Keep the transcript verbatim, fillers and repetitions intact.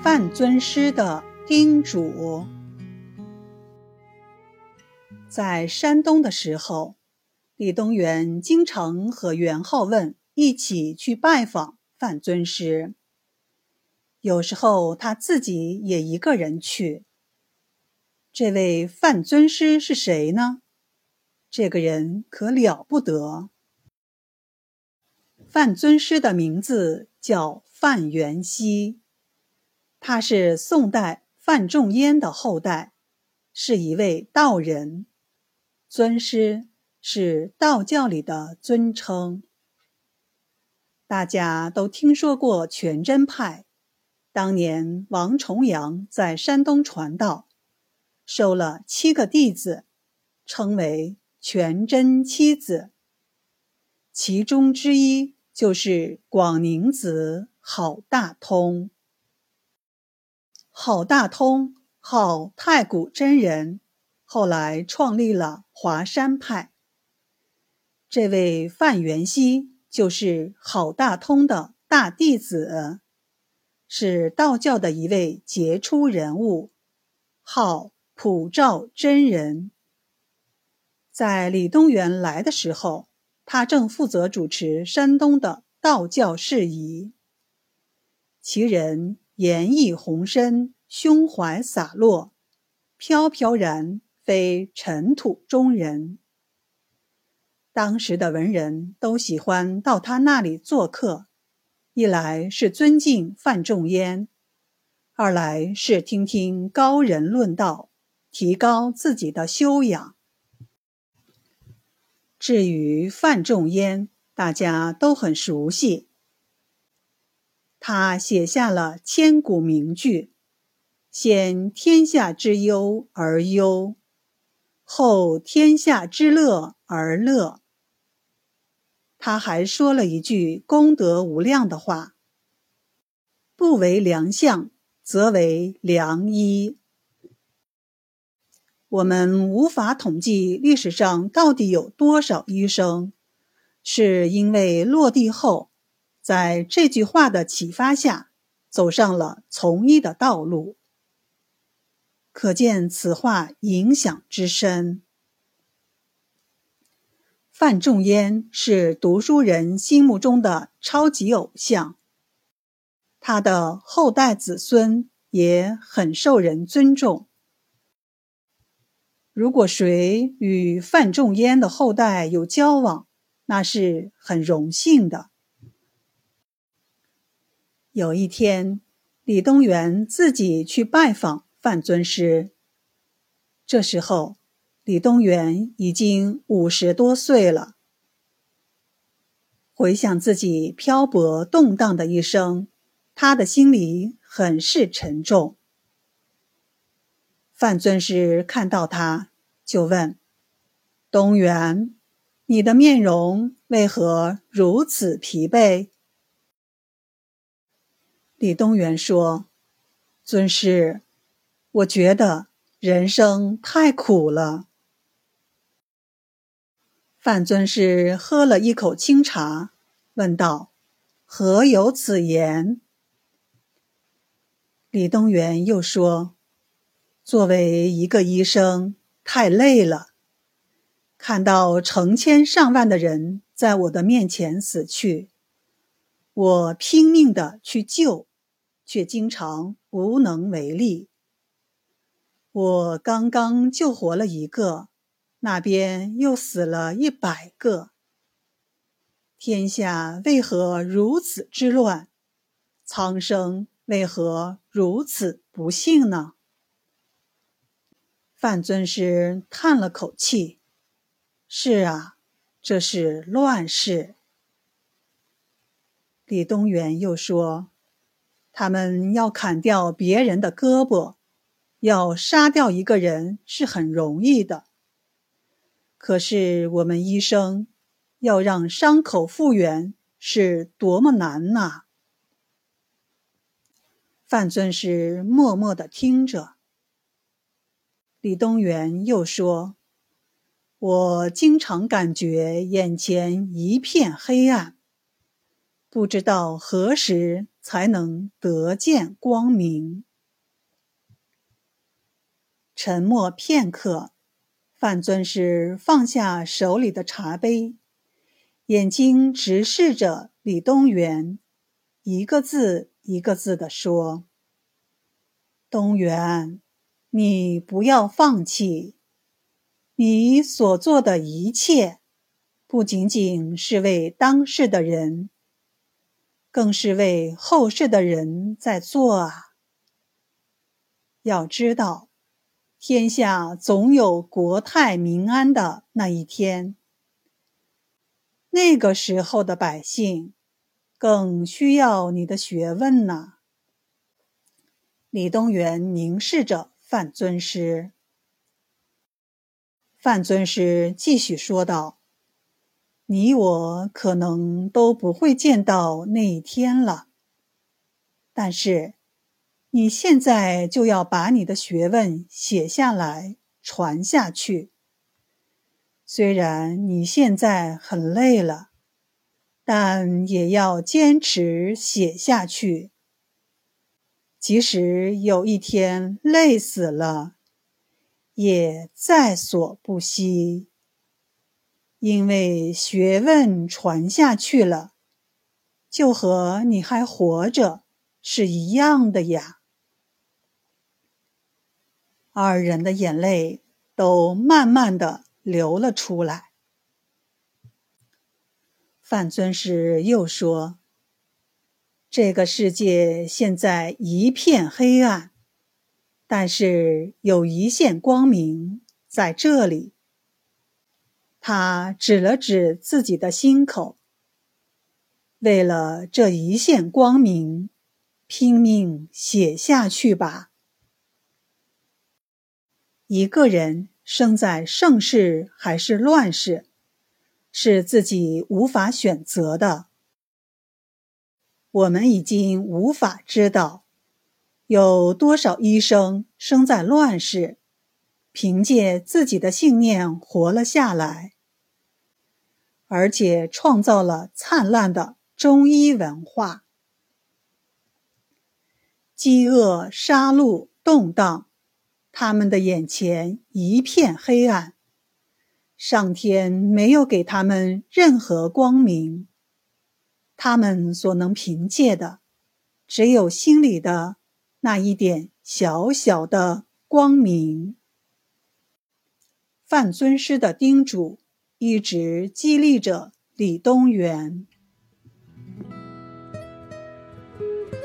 范尊师的叮嘱。在山东的时候，李东垣经常和元好问一起去拜访范尊师，有时候他自己也一个人去。这位范尊师是谁呢？这个人可了不得。范尊师的名字叫范元熙，他是宋代范仲淹的后代，是一位道人。尊师是道教里的尊称。大家都听说过全真派，当年王重阳在山东传道，收了七个弟子，称为全真七子，其中之一就是广宁子郝大通。郝大通号太古真人，后来创立了华山派。这位范元熙就是郝大通的大弟子，是道教的一位杰出人物，号普照真人。在李东垣来的时候，他正负责主持山东的道教事宜。其人颜艺宏深，胸怀洒落，飘飘然非尘土中人。当时的文人都喜欢到他那里做客，一来是尊敬范仲淹，二来是听听高人论道，提高自己的修养。至于范仲淹，大家都很熟悉。他写下了千古名句：先天下之忧而忧，后天下之乐而乐。他还说了一句功德无量的话：不为良相，则为良医。我们无法统计历史上到底有多少医生，是因为落地后，在这句话的启发下，走上了从医的道路。可见此话影响之深。范仲淹是读书人心目中的超级偶像，他的后代子孙也很受人尊重。如果谁与范仲淹的后代有交往，那是很荣幸的。有一天，李东垣自己去拜访范尊师，这时候李东垣已经五十多岁了。回想自己漂泊动荡的一生，他的心里很是沉重。范尊师看到他，就问：东垣，你的面容为何如此疲惫？李东垣说：尊师，我觉得人生太苦了。范尊师喝了一口清茶，问道：何有此言？李东垣又说：作为一个医生，太累了，看到成千上万的人在我的面前死去，我拼命地去救，却经常无能为力。我刚刚救活了一个，那边又死了一百个。天下为何如此之乱？苍生为何如此不幸呢？范尊师叹了口气：是啊，这是乱世。李东垣又说：他们要砍掉别人的胳膊，要杀掉一个人是很容易的，可是我们医生要让伤口复原是多么难呐！范尊师默默地听着。李东垣又说：我经常感觉眼前一片黑暗， 不知道何时才能得见光明。沉默片刻，范尊师放下手里的茶杯，眼睛直视着李东垣，一个字一个字地说：东垣，你不要放弃，你所做的一切不仅仅是为当世的人，更是为后世的人在做啊。要知道，天下总有国泰民安的那一天，那个时候的百姓更需要你的学问呢。李东垣凝视着范尊师。范尊师继续说道：你我可能都不会见到那一天了，但是你现在就要把你的学问写下来，传下去。虽然你现在很累了，但也要坚持写下去。即使有一天累死了，也在所不惜，因为学问传下去了，就和你还活着是一样的呀。二人的眼泪都慢慢地流了出来。范尊师又说：这个世界现在一片黑暗，但是有一线光明在这里。他指了指自己的心口，为了这一线光明，拼命写下去吧。一个人生在盛世还是乱世，是自己无法选择的。我们已经无法知道，有多少医生生在乱世，凭借自己的信念活了下来，而且创造了灿烂的中医文化。饥饿、杀戮、动荡，他们的眼前一片黑暗，上天没有给他们任何光明，他们所能凭借的，只有心里的那一点小小的光明。范尊师的叮嘱一直激励着李东垣。